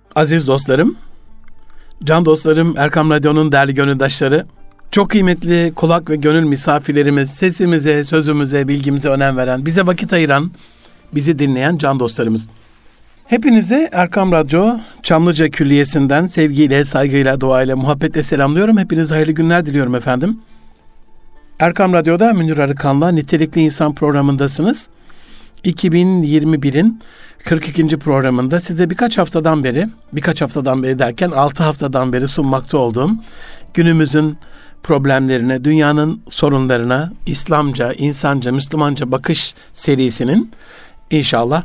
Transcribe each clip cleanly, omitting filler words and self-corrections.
Aziz dostlarım, can dostlarım, Erkam Radyo'nun değerli gönüldaşları, çok kıymetli kulak ve gönül misafirlerimiz, sesimize, sözümüze, bilgimize önem veren, bize vakit ayıran, bizi dinleyen can dostlarımız. Hepinize Erkam Radyo Çamlıca Külliyesi'nden sevgiyle, saygıyla, duayla, muhabbetle selamlıyorum. Hepinize hayırlı günler diliyorum efendim. Erkam Radyo'da Münir Arıkan'la Nitelikli İnsan programındasınız. 2021'in 42. programında size birkaç haftadan beri derken 6 haftadan beri sunmakta olduğum günümüzün problemlerine, dünyanın sorunlarına, İslamca, insanca, Müslümanca bakış serisinin inşallah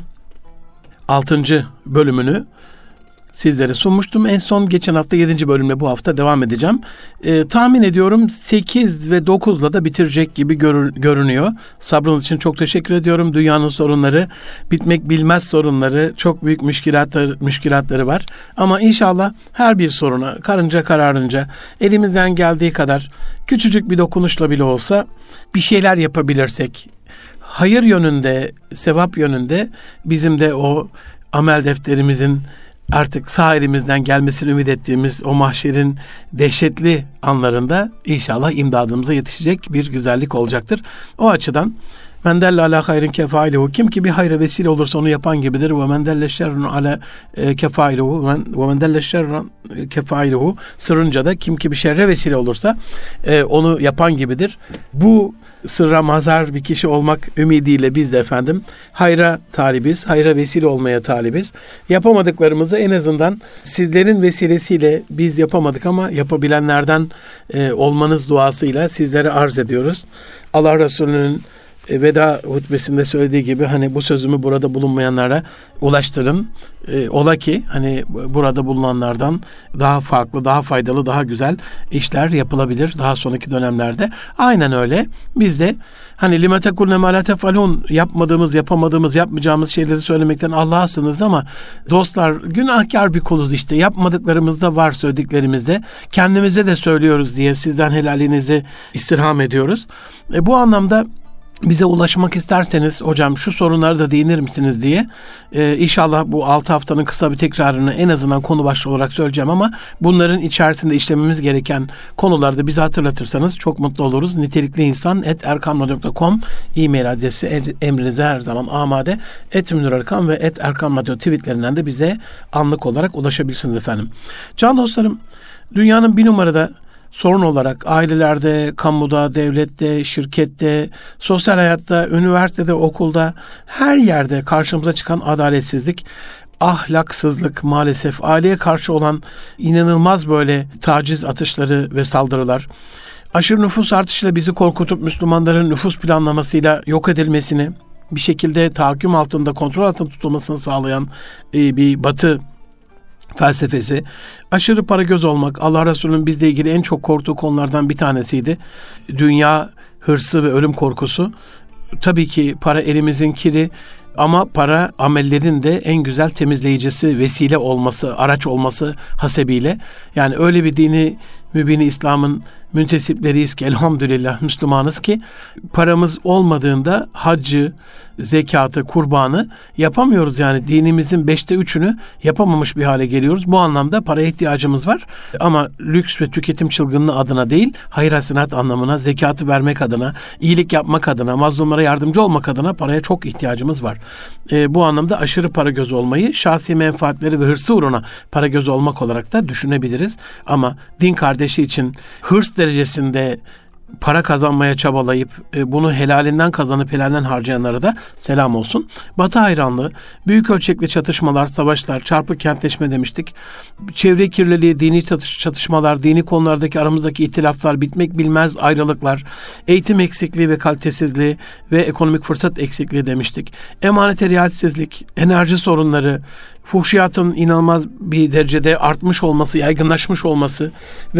6. bölümünü sizlere sunmuştum. En son geçen hafta 7. bölümle bu hafta devam edeceğim. Tahmin ediyorum 8 ve 9'la da bitirecek gibi görünüyor. Sabrınız için çok teşekkür ediyorum. Dünyanın sorunları, bitmek bilmez sorunları, çok büyük müşkilatları var. Ama inşallah her bir soruna karınca kararınca elimizden geldiği kadar küçücük bir dokunuşla bile olsa bir şeyler yapabilirsek, hayır yönünde, sevap yönünde bizim de o amel defterimizin artık sağ elimizden gelmesini ümit ettiğimiz o mahşerin dehşetli anlarında inşallah imdadımıza yetişecek bir güzellik olacaktır. O açıdan men delle ala hayrin kefailehu, kim ki bir hayra vesile olursa onu yapan gibidir. Ve men delle şerrun ala kefailehu ve men delle şerrun kefailehu, sırrınca da kim ki bir şerre vesile olursa onu yapan gibidir. Bu sırra mazhar bir kişi olmak ümidiyle biz de efendim hayra talibiz, hayra vesile olmaya talibiz. Yapamadıklarımızı en azından sizlerin vesilesiyle biz yapamadık ama yapabilenlerden olmanız duasıyla sizlere arz ediyoruz. Allah Resulü'nün veda hutbesinde söylediği gibi hani bu sözümü burada bulunmayanlara ulaştırın. Ola ki hani burada bulunanlardan daha farklı, daha faydalı, daha güzel işler yapılabilir daha sonraki dönemlerde. Aynen öyle. Biz de hani lime tekulne ma la tefalun, yapamadığımız, yapmayacağımız şeyleri söylemekten Allah'a sığınırız ama dostlar, günahkar bir kuluz işte. Yapmadıklarımız da var, söylediklerimizde. Kendimize de söylüyoruz diye sizden helalinizi istirham ediyoruz. Bu anlamda bize ulaşmak isterseniz hocam şu sorunlara da değinir misiniz diye inşallah bu 6 haftanın kısa bir tekrarını en azından konu başlığı olarak söyleyeceğim ama bunların içerisinde işlememiz gereken konuları da bize hatırlatırsanız çok mutlu oluruz. nitelikliinsan@erkamradyo.com e-mail adresi emrinize her zaman amade. @Münir Arıkan ve @erkamradyo tweetlerinden de bize anlık olarak ulaşabilirsiniz efendim. Can dostlarım, dünyanın bir numarada sorun olarak ailelerde, kamuda, devlette, şirkette, sosyal hayatta, üniversitede, okulda, her yerde karşımıza çıkan adaletsizlik, ahlaksızlık, maalesef aileye karşı olan inanılmaz böyle taciz atışları ve saldırılar, aşırı nüfus artışıyla bizi korkutup Müslümanların nüfus planlamasıyla yok edilmesini, bir şekilde tahakküm altında, kontrol altında tutulmasını sağlayan bir Batı felsefesi, aşırı para göz olmak, Allah Resulü'nün bizle ilgili en çok korktuğu konulardan bir tanesiydi. Dünya hırsı ve ölüm korkusu. Tabii ki para elimizin kiri ama para amellerin de en güzel temizleyicisi, vesile olması, araç olması hasebiyle. Yani öyle bir dini mübini İslam'ın müntesipleriyiz ki elhamdülillah Müslümanız ki paramız olmadığında haccı, zekatı, kurbanı yapamıyoruz. Yani dinimizin 5'te 3'ünü yapamamış bir hale geliyoruz. Bu anlamda paraya ihtiyacımız var. Ama lüks ve tüketim çılgınlığı adına değil, hayır hasenat anlamına, zekatı vermek adına, iyilik yapmak adına, mazlumlara yardımcı olmak adına paraya çok ihtiyacımız var. Bu anlamda aşırı para gözü olmayı, şahsi menfaatleri ve hırsı uğruna para gözü olmak olarak da düşünebiliriz. Ama din kardeşi için hırs derecesinde para kazanmaya çabalayıp bunu helalinden kazanıp helalinden harcayanlara da selam olsun. Batı hayranlığı, büyük ölçekli çatışmalar, savaşlar, çarpık kentleşme demiştik. Çevre kirliliği, dini çatışmalar, dini konulardaki aramızdaki ihtilaflar, bitmek bilmez ayrılıklar, eğitim eksikliği ve kalitesizliği ve ekonomik fırsat eksikliği demiştik. Emanete riayetsizlik, enerji sorunları, fuhşiyatın inanılmaz bir derecede artmış olması, yaygınlaşmış olması ve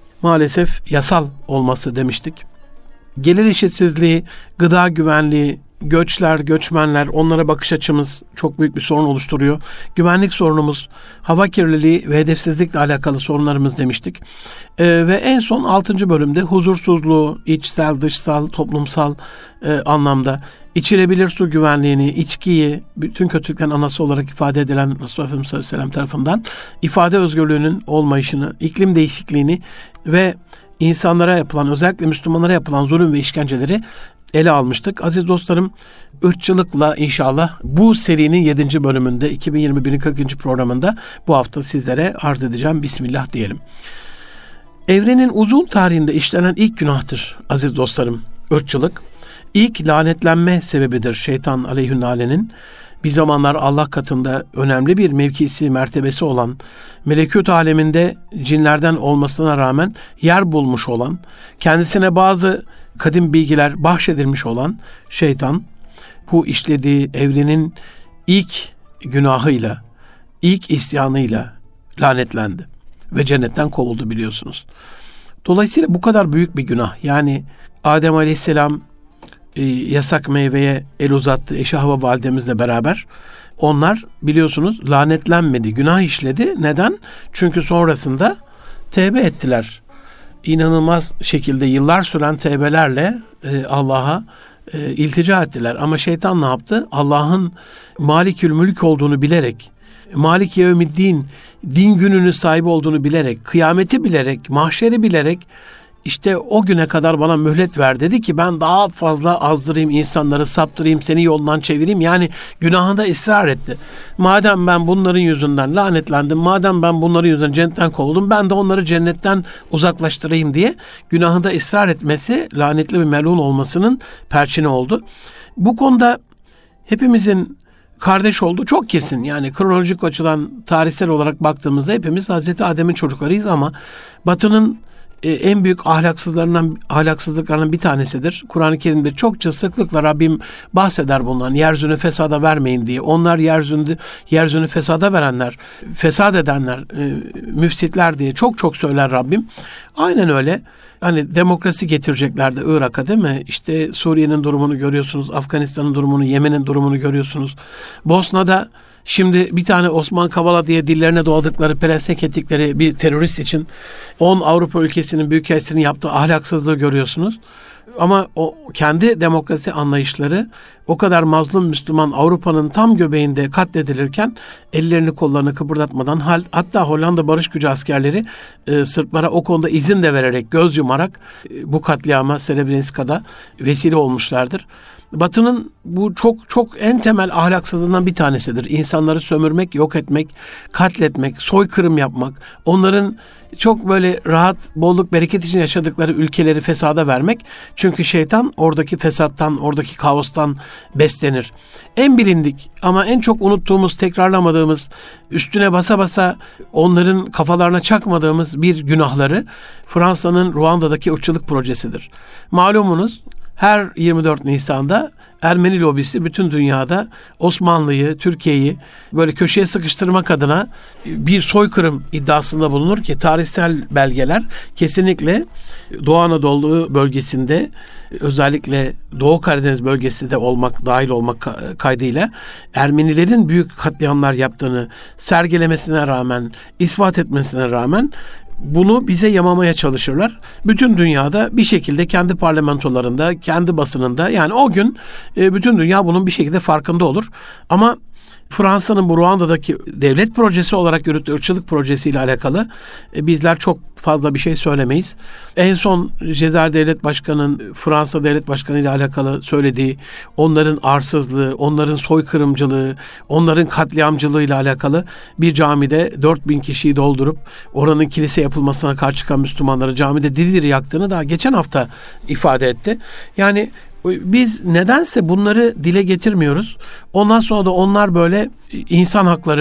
maalesef yasal olması demiştik. Gelir eşitsizliği, gıda güvenliği, göçler, göçmenler, onlara bakış açımız çok büyük bir sorun oluşturuyor. Güvenlik sorunumuz, hava kirliliği ve hedefsizlikle alakalı sorunlarımız demiştik. Ve en son 6. bölümde huzursuzluğu, içsel, dışsal, toplumsal anlamda içilebilir su güvenliğini, içkiyi, bütün kötülüklerin anası olarak ifade edilen Resulullah Efendimiz sallallahu aleyhi ve sellem tarafından ifade özgürlüğünün olmayışını, iklim değişikliğini ve insanlara yapılan, özellikle Müslümanlara yapılan zulüm ve işkenceleri ele almıştık. Aziz dostlarım, ırkçılıkla inşallah bu serinin 7. bölümünde 2021'in 40. programında bu hafta sizlere arz edeceğim. Bismillah diyelim. Evrenin uzun tarihinde işlenen ilk günahtır aziz dostlarım, ırkçılık. İlk lanetlenme sebebidir şeytan aleyhünnale'nin. Bir zamanlar Allah katında önemli bir mevkisi, mertebesi olan, melekut aleminde cinlerden olmasına rağmen yer bulmuş olan, kendisine bazı kadim bilgiler bahşedilmiş olan şeytan, bu işlediği evrenin ilk günahıyla, ilk isyanıyla lanetlendi ve cennetten kovuldu biliyorsunuz. Dolayısıyla bu kadar büyük bir günah, yani Adem Aleyhisselam yasak meyveye el uzattı eşi Havva validemizle beraber. Onlar biliyorsunuz lanetlenmedi, günah işledi. Neden? Çünkü sonrasında tevbe ettiler. İnanılmaz şekilde yıllar süren tevbelerle Allah'a iltica ettiler. Ama şeytan ne yaptı? Allah'ın Malikül Mülk olduğunu bilerek, Malik Yevmiddin, din gününün sahibi olduğunu bilerek, kıyameti bilerek, mahşeri bilerek, İşte o güne kadar bana mühlet ver dedi ki ben daha fazla azdırayım insanları, saptırayım, seni yoldan çevireyim. Yani günahında ısrar etti. Madem ben bunların yüzünden lanetlendim, madem ben bunların yüzünden cennetten kovuldum, ben de onları cennetten uzaklaştırayım diye günahında ısrar etmesi, lanetli bir melun olmasının perçini oldu. Bu konuda hepimizin kardeş olduğu çok kesin. Yani kronolojik açıdan tarihsel olarak baktığımızda hepimiz Hazreti Adem'in çocuklarıyız ama Batı'nın en büyük ahlaksızlıklarından bir tanesidir. Kur'an-ı Kerim'de çokça sıklıkla Rabbim bahseder bundan. Yeryüzünü fesada vermeyin diye. Onlar yeryüzünü fesada verenler, fesat edenler, müfsitler diye çok söyler Rabbim. Aynen öyle. Hani demokrasi getireceklerdi Irak'a, değil mi? İşte Suriye'nin durumunu görüyorsunuz, Afganistan'ın durumunu, Yemen'in durumunu görüyorsunuz. Bosna'da şimdi bir tane Osman Kavala diye dillerine doladıkları, pelesenk ettikleri bir terörist için 10 Avrupa ülkesinin büyükelçisinin yaptığı ahlaksızlığı görüyorsunuz. Ama o kendi demokrasi anlayışları o kadar mazlum Müslüman Avrupa'nın tam göbeğinde katledilirken ellerini kollarını kıpırdatmadan, hatta Hollanda Barış Gücü askerleri Sırplara o konuda izin de vererek, göz yumarak bu katliama, Srebrenica'da vesile olmuşlardır. Batı'nın bu çok en temel ahlaksızlığından bir tanesidir. İnsanları sömürmek, yok etmek, katletmek, soykırım yapmak, onların çok böyle rahat, bolluk, bereket için yaşadıkları ülkeleri fesada vermek. Çünkü şeytan oradaki fesattan, oradaki kaostan beslenir. En bilindik ama en çok unuttuğumuz, tekrarlamadığımız, üstüne basa basa onların kafalarına çakmadığımız bir günahları Fransa'nın Ruanda'daki ırkçılık projesidir. Malumunuz, her 24 Nisan'da Ermeni lobisi bütün dünyada Osmanlı'yı, Türkiye'yi böyle köşeye sıkıştırmak adına bir soykırım iddiasında bulunur ki tarihsel belgeler kesinlikle Doğu Anadolu bölgesinde, özellikle Doğu Karadeniz bölgesinde dahil olmak kaydıyla Ermenilerin büyük katliamlar yaptığını sergilemesine rağmen, ispat etmesine rağmen bunu bize yamamaya çalışırlar. Bütün dünyada bir şekilde kendi parlamentolarında, kendi basınında, yani o gün bütün dünya bunun bir şekilde farkında olur. Ama Fransa'nın bu Ruanda'daki devlet projesi olarak yürüttüğü ırkçılık projesiyle alakalı bizler çok fazla bir şey söylemeyiz. En son Cezayir Devlet Başkanı'nın Fransa Devlet Başkanı ile alakalı söylediği, onların arsızlığı, onların soykırımcılığı, onların katliamcılığı ile alakalı bir camide 4000 kişiyi doldurup oranın kilise yapılmasına karşı çıkan Müslümanları camide diri diri yaktığını daha geçen hafta ifade etti. Yani biz nedense bunları dile getirmiyoruz. Ondan sonra da onlar böyle insan hakları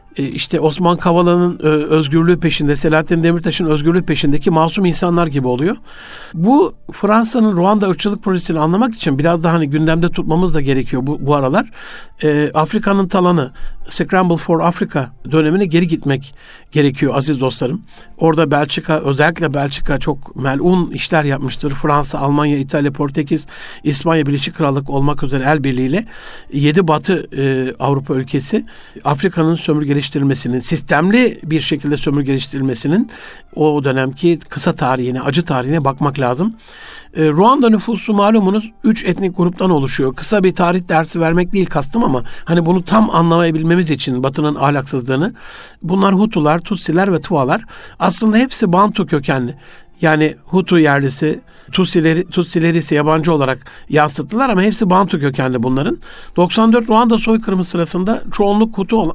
işte Osman Kavala'nın özgürlüğü peşinde, Selahattin Demirtaş'ın özgürlüğü peşindeki masum insanlar gibi oluyor. Bu Fransa'nın Ruanda ırkçılık projesini anlamak için biraz daha hani gündemde tutmamız da gerekiyor bu aralar. Afrika'nın talanı, Scramble for Africa dönemine geri gitmek gerekiyor aziz dostlarım. Orada Belçika, özellikle Belçika çok melun işler yapmıştır. Fransa, Almanya, İtalya, Portekiz, İspanya, Birleşik Krallık olmak üzere el birliğiyle 7 Batı Avrupa ülkesi Afrika'nın sömürgeleştirilmesinin, sistemli bir şekilde sömürgeleştirilmesinin o dönemki kısa tarihine, acı tarihine bakmak lazım. Ruanda nüfusu malumunuz 3 etnik gruptan oluşuyor. Kısa bir tarih dersi vermek değil kastım ama hani bunu tam anlayabilmemiz için Batı'nın ahlaksızlığını, bunlar Hutular, Tutsiler ve Tualar. Aslında hepsi Bantu kökenli. Yani Hutu yerlisi, Tutsileri ise yabancı olarak yansıttılar ama hepsi Bantu kökenli bunların. 94 Ruanda soykırımı sırasında çoğunluk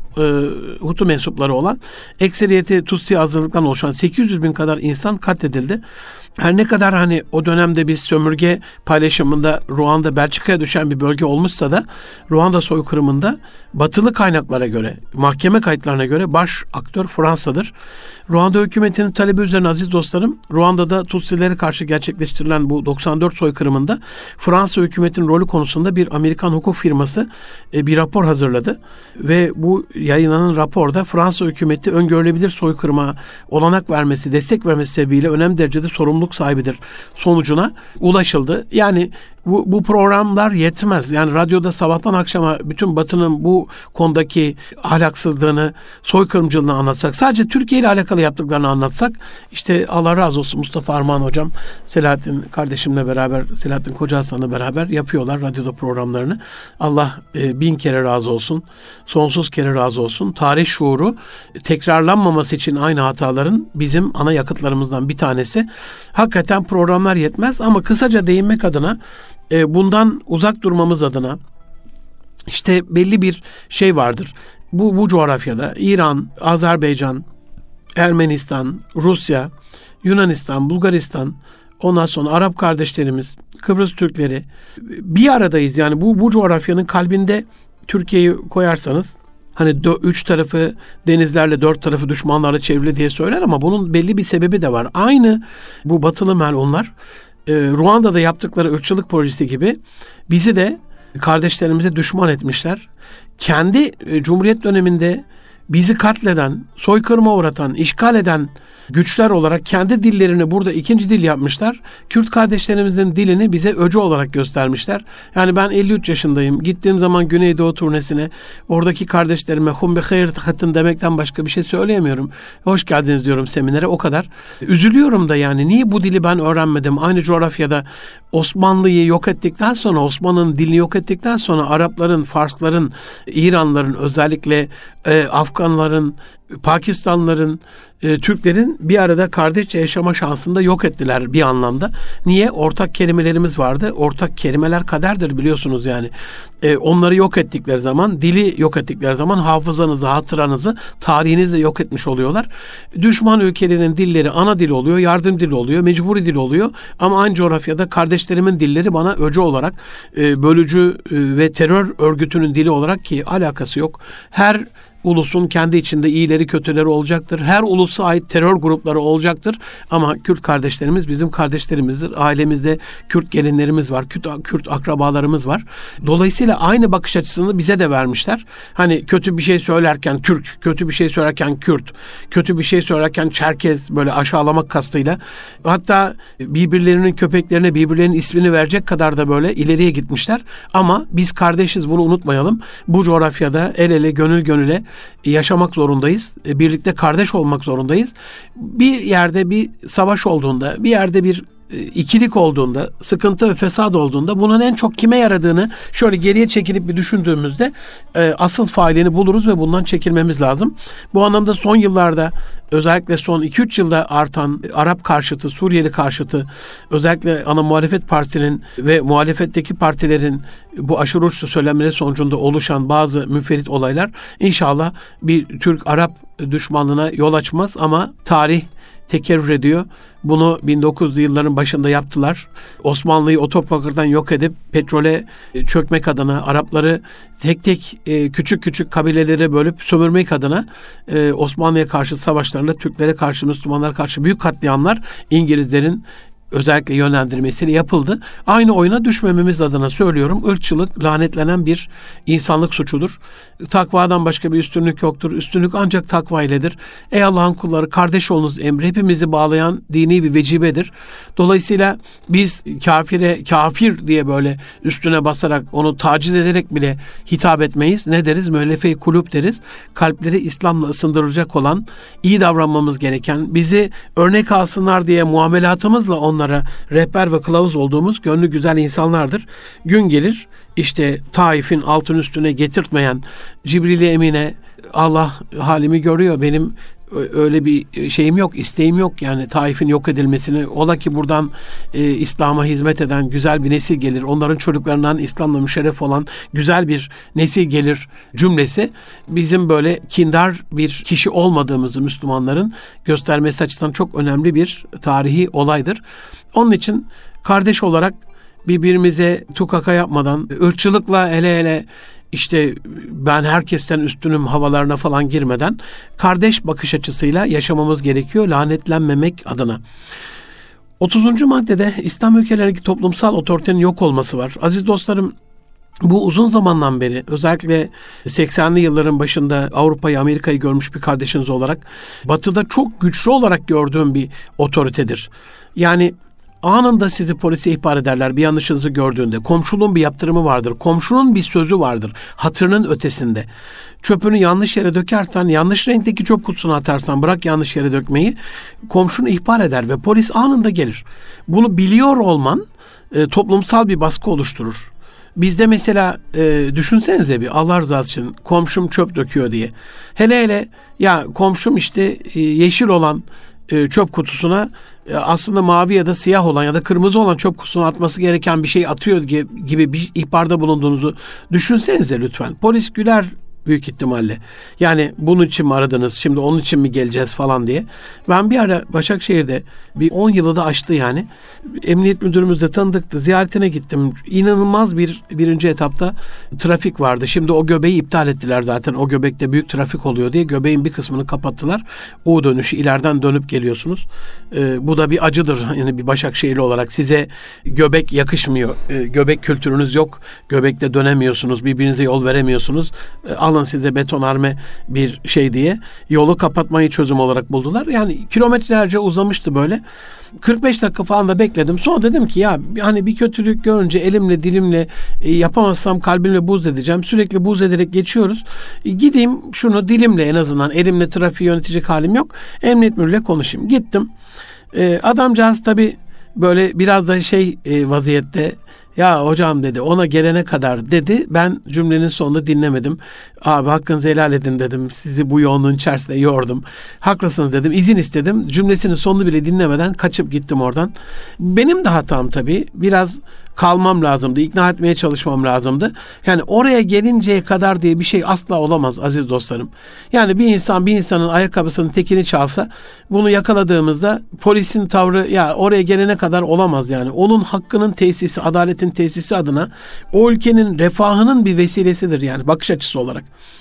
Hutu mensupları olan, ekseriyeti Tutsi azınlıktan oluşan 800 bin kadar insan katledildi. Her ne kadar hani o dönemde bir sömürge paylaşımında Ruanda Belçika'ya düşen bir bölge olmuşsa da Ruanda soykırımında batılı kaynaklara göre, mahkeme kayıtlarına göre baş aktör Fransa'dır. Ruanda hükümetinin talebi üzerine aziz dostlarım, Ruanda'da Tutsilere karşı gerçekleştirilen bu 94 soykırımında Fransa hükümetinin rolü konusunda bir Amerikan hukuk firması bir rapor hazırladı. Ve bu yayınlanan raporda Fransa hükümeti öngörülebilir soykırıma olanak vermesi, destek vermesi sebebiyle önemli derecede sorumluluk sahibidir sonucuna ulaşıldı. Yani bu programlar yetmez. Yani radyoda sabahtan akşama bütün Batı'nın bu konudaki ahlaksızlığını, soykırımcılığını anlatsak, sadece Türkiye ile alakalı yaptıklarını anlatsak, işte Allah razı olsun Mustafa Armağan hocam, Selahattin kardeşimle beraber, Selahattin Koca Hasan'la beraber yapıyorlar radyoda programlarını. Allah 1000 kere razı olsun, sonsuz kere razı olsun. Tarih şuuru tekrarlanmaması için aynı hataların bizim ana yakıtlarımızdan bir tanesi. Hakikaten programlar yetmez ama kısaca değinmek adına, bundan uzak durmamız adına işte belli bir şey vardır. Bu coğrafyada İran, Azerbaycan, Ermenistan, Rusya, Yunanistan, Bulgaristan, ondan sonra Arap kardeşlerimiz, Kıbrıs Türkleri bir aradayız. Yani bu coğrafyanın kalbinde Türkiye'yi koyarsanız, hani 3 tarafı denizlerle 4 tarafı düşmanlarla çevrili diye söyler ama bunun belli bir sebebi de var. Aynı bu batılı melunlar Ruanda'da yaptıkları ırkçılık projesi gibi bizi de kardeşlerimize düşman etmişler. Kendi Cumhuriyet döneminde bizi katleden, soykırıma uğratan, işgal eden güçler olarak kendi dillerini burada ikinci dil yapmışlar. Kürt kardeşlerimizin dilini bize öcü olarak göstermişler. Yani ben 53 yaşındayım. Gittiğim zaman Güneydoğu turnesine oradaki kardeşlerime hum bi hayır hatın demekten başka bir şey söyleyemiyorum. Hoş geldiniz diyorum seminere, o kadar. Üzülüyorum da yani niye bu dili ben öğrenmedim? Aynı coğrafyada Osmanlı'yı yok ettikten sonra, Osmanlı'nın dilini yok ettikten sonra Arapların, Farsların, İranların, özellikle Afganların, Pakistanlıların, Türklerin bir arada kardeşçe yaşama şansını da yok ettiler bir anlamda. Niye? Ortak kelimelerimiz vardı. Ortak kelimeler kaderdir biliyorsunuz yani. Onları yok ettikleri zaman, dili yok ettikleri zaman hafızanızı, hatıranızı, tarihinizi yok etmiş oluyorlar. Düşman ülkelerin dilleri ana dil oluyor, yardım dili oluyor, mecburi dil oluyor. Ama aynı coğrafyada kardeşlerimin dilleri bana öcü olarak, bölücü ve terör örgütünün dili olarak, ki alakası yok. Her ulusun kendi içinde iyileri kötüleri olacaktır. Her ulusa ait terör grupları olacaktır. Ama Kürt kardeşlerimiz bizim kardeşlerimizdir. Ailemizde Kürt gelinlerimiz var. Kürt akrabalarımız var. Dolayısıyla aynı bakış açısını bize de vermişler. Hani kötü bir şey söylerken Türk, kötü bir şey söylerken Kürt, kötü bir şey söylerken Çerkez, böyle aşağılamak kastıyla. Hatta birbirlerinin köpeklerine birbirlerinin ismini verecek kadar da böyle ileriye gitmişler. Ama biz kardeşiz, bunu unutmayalım. Bu coğrafyada el ele, gönül gönüle yaşamak zorundayız. Birlikte kardeş olmak zorundayız. Bir yerde bir savaş olduğunda, bir yerde bir ikilik olduğunda, sıkıntı ve fesat olduğunda bunun en çok kime yaradığını şöyle geriye çekilip bir düşündüğümüzde asıl failini buluruz ve bundan çekilmemiz lazım. Bu anlamda son yıllarda özellikle son 2-3 yılda artan Arap karşıtı, Suriyeli karşıtı, özellikle ana muhalefet partisinin ve muhalefetteki partilerin bu aşırı uçlu söylemleri sonucunda oluşan bazı münferit olaylar inşallah bir Türk-Arap düşmanlığına yol açmaz ama tarih tekerrür ediyor. Bunu 1900'lü yılların başında yaptılar. Osmanlı'yı o topraklardan yok edip petrole çökmek adına, Arapları tek tek küçük küçük kabilelere bölüp sömürmek adına Osmanlı'ya karşı savaşlarında Türklere karşı, Müslümanlara karşı büyük katliamlar İngilizlerin özellikle yönlendirmesiyle yapıldı. Aynı oyuna düşmememiz adına söylüyorum. Irkçılık lanetlenen bir insanlık suçudur. Takvadan başka bir üstünlük yoktur. Üstünlük ancak takva iledir. Ey Allah'ın kulları, kardeş olunuz emri hepimizi bağlayan dini bir vecibedir. Dolayısıyla biz kafire kafir diye böyle üstüne basarak onu taciz ederek bile hitap etmeyiz. Ne deriz? Müellefe-i kulüp deriz. Kalpleri İslam'la ısındırılacak olan, iyi davranmamız gereken, bizi örnek alsınlar diye muamelatımızla onlara rehber ve kılavuz olduğumuz gönlü güzel insanlardır. Gün gelir işte Taif'in altın üstüne getirtmeyen Cibril-i Emine, Allah halimi görüyor, benim öyle bir şeyim yok, isteğim yok yani Taif'in yok edilmesini. Ola ki buradan İslam'a hizmet eden güzel bir nesil gelir. Onların çocuklarından İslam'la müşerref olan güzel bir nesil gelir cümlesi bizim böyle kindar bir kişi olmadığımızı Müslümanların göstermesi açısından çok önemli bir tarihi olaydır. Onun için kardeş olarak birbirimize tukaka yapmadan, ırkçılıkla hele işte ben herkesten üstünüm havalarına falan girmeden kardeş bakış açısıyla yaşamamız gerekiyor lanetlenmemek adına. 30. maddede İslam ülkelerindeki toplumsal otoritenin yok olması var. Aziz dostlarım, bu uzun zamandan beri özellikle 80'li yılların başında Avrupa'yı, Amerika'yı görmüş bir kardeşiniz olarak Batı'da çok güçlü olarak gördüğüm bir otoritedir. Yani anında sizi polise ihbar ederler bir yanlışınızı gördüğünde. Komşuluğun bir yaptırımı vardır. Komşunun bir sözü vardır. Hatırının ötesinde. Çöpünü yanlış yere dökersen, yanlış renkteki çöp kutusuna atarsan, bırak yanlış yere dökmeyi, komşunu ihbar eder ve polis anında gelir. Bunu biliyor olman toplumsal bir baskı oluşturur. Bizde mesela düşünsenize bir, Allah rızası için, komşum çöp döküyor diye. Hele ya komşum işte yeşil olan çöp kutusuna aslında mavi ya da siyah olan ya da kırmızı olan çöp kutusuna atması gereken bir şey atıyor gibi bir ihbarda bulunduğunuzu düşünsenize lütfen. Polis güler büyük ihtimalle. Yani bunun için mi aradınız, şimdi onun için mi geleceğiz falan diye. Ben bir ara Başakşehir'de bir 10 yılı da aştı yani. Emniyet müdürümüzle tanıdıktı. Ziyaretine gittim. İnanılmaz birinci etapta trafik vardı. Şimdi o göbeği iptal ettiler zaten. O göbekte büyük trafik oluyor diye göbeğin bir kısmını kapattılar. U dönüşü, ileriden dönüp geliyorsunuz. Bu da bir acıdır. Yani bir Başakşehirli olarak size göbek yakışmıyor. Göbek kültürünüz yok. Göbekte dönemiyorsunuz. Birbirinize yol veremiyorsunuz. Alın size betonarme bir şey diye yolu kapatmayı çözüm olarak buldular. Yani kilometrelerce uzamıştı böyle. 45 dakika falan da bekledim. Sonra dedim ki ya hani bir kötülük görünce elimle dilimle yapamazsam kalbimle buz edeceğim. Sürekli buz ederek geçiyoruz. Gideyim şunu dilimle, en azından elimle trafiği yönetecek halim yok. Emniyet müdürüyle konuşayım. Gittim. Adamcağız tabii böyle biraz da vaziyette, ya hocam dedi, ona gelene kadar dedi. Ben cümlenin sonunu dinlemedim. Abi hakkınızı helal edin dedim. Sizi bu yoğunluğun içerisinde yordum. Haklısınız dedim. İzin istedim. Cümlesinin sonunu bile dinlemeden kaçıp gittim oradan. Benim de hatam tabii. Biraz kalmam lazımdı. İkna etmeye çalışmam lazımdı. Yani oraya gelinceye kadar diye bir şey asla olamaz aziz dostlarım. Yani bir insanın ayakkabısının tekini çalsa, bunu yakaladığımızda polisin tavrı ya oraya gelene kadar olamaz yani. Onun hakkının tesisi, adaletin tesisi adına o ülkenin refahının bir vesilesidir yani bakış açısı olarak.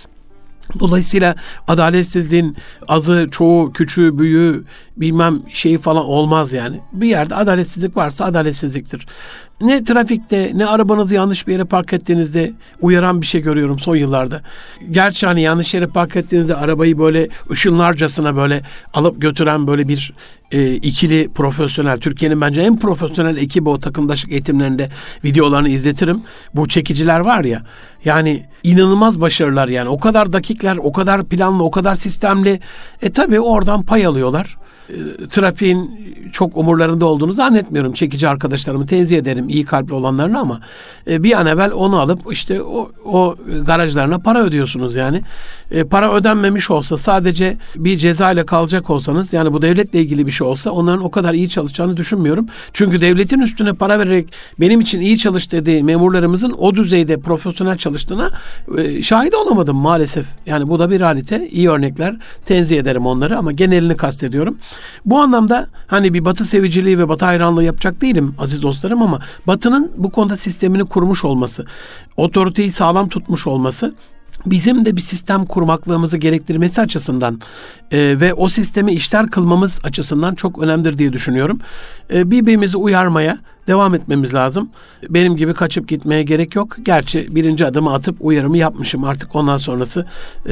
Dolayısıyla adaletsizliğin azı, çoğu, küçüğü, büyüğü bilmem şeyi falan olmaz yani. Bir yerde adaletsizlik varsa adaletsizliktir. Ne trafikte ne arabanızı yanlış bir yere park ettiğinizde uyaran bir şey görüyorum son yıllarda. Gerçi hani yanlış yere park ettiğinizde arabayı böyle ışınlarcasına böyle alıp götüren böyle bir ikili profesyonel, Türkiye'nin bence en profesyonel ekibi, o takımdaşlık eğitimlerinde videolarını izletirim. Bu çekiciler var ya, yani inanılmaz başarılar yani. O kadar dakikler, o kadar planlı, o kadar sistemli. Tabii oradan pay alıyorlar. Trafiğin çok umurlarında olduğunu zannetmiyorum. Çekici arkadaşlarımı tenzih ederim. değilim iyi kalpli olanlarına ama bir an evvel onu alıp işte o garajlarına para ödüyorsunuz yani. Para ödenmemiş olsa, sadece bir ceza ile kalacak olsanız, yani bu devletle ilgili bir şey olsa, onların o kadar iyi çalışacağını düşünmüyorum. Çünkü devletin üstüne para vererek benim için iyi çalış dediği memurlarımızın o düzeyde profesyonel çalıştığına şahit olamadım maalesef. Yani bu da bir realite. İyi örnekler, tenzih ederim onları ama genelini kastediyorum. Bu anlamda hani bir Batı seviciliği ve Batı hayranlığı yapacak değilim aziz dostlarım, ama Batı'nın bu konuda sistemini kurmuş olması, otoriteyi sağlam tutmuş olması, bizim de bir sistem kurmaklığımızı gerektirmesi açısından ve o sistemi işler kılmamız açısından çok önemlidir diye düşünüyorum. Birbirimizi uyarmaya devam etmemiz lazım. Benim gibi kaçıp gitmeye gerek yok. Gerçi birinci adımı atıp uyarımı yapmışım. Artık ondan sonrası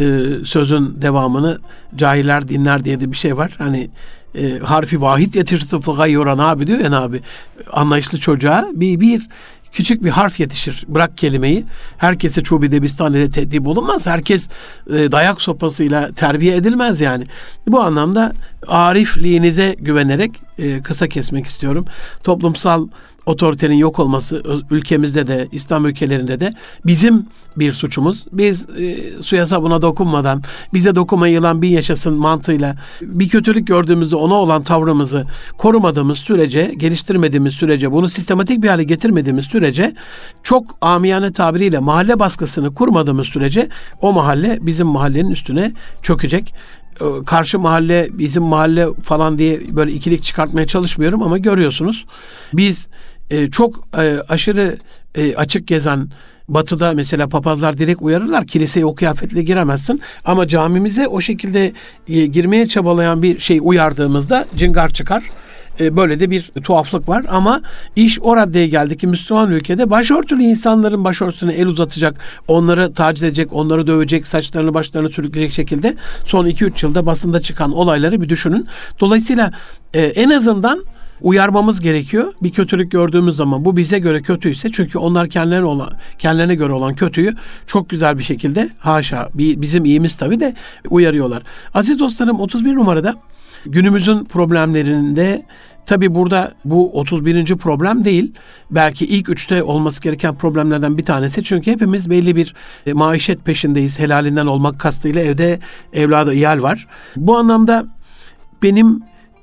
sözün devamını cahiller dinler diye de bir şey var. Hani harfi vahid yetişti fıgayyoran abi diyor ya abi. Anlayışlı çocuğa bir küçük bir harf yetişir. Bırak kelimeyi. Herkese çubi debistan ile tehdit bulunmaz. Herkes dayak sopasıyla terbiye edilmez yani. Bu anlamda arifliğinize güvenerek kısa kesmek istiyorum. Toplumsal otoritenin yok olması ülkemizde de, İslam ülkelerinde de bizim bir suçumuz. Biz suya sabuna dokunmadan, bize dokunmayan yılan bin yaşasın mantığıyla bir kötülük gördüğümüzde ona olan tavrımızı korumadığımız sürece, geliştirmediğimiz sürece, bunu sistematik bir hale getirmediğimiz sürece, çok amiyane tabiriyle mahalle baskısını kurmadığımız sürece o mahalle bizim mahallenin üstüne çökecek. Karşı mahalle bizim mahalle falan diye böyle ikilik çıkartmaya çalışmıyorum ama görüyorsunuz. Biz çok aşırı açık gezen, Batı'da mesela papazlar direkt uyarırlar, kiliseye o kıyafetle giremezsin, ama camimize o şekilde girmeye çabalayan bir şey uyardığımızda cıngar çıkar. Böyle de bir tuhaflık var, ama iş o raddeye geldi ki Müslüman ülkede başörtülü insanların başörtüsüne el uzatacak, onları taciz edecek, onları dövecek, saçlarını başlarını sürükleyecek şekilde son 2-3 yılda basında çıkan olayları bir düşünün. Dolayısıyla en azından uyarmamız gerekiyor. Bir kötülük gördüğümüz zaman bu bize göre kötüyse, çünkü onlar kendilerine göre olan kötüyü çok güzel bir şekilde, haşa bizim iyimiz tabii de, uyarıyorlar. Aziz dostlarım, 31 numarada günümüzün problemlerinde tabii burada bu 31. problem değil. Belki ilk 3'te olması gereken problemlerden bir tanesi. Çünkü hepimiz belli bir maişet peşindeyiz. Helalinden olmak kastıyla evde evladı iyal var. Bu anlamda benim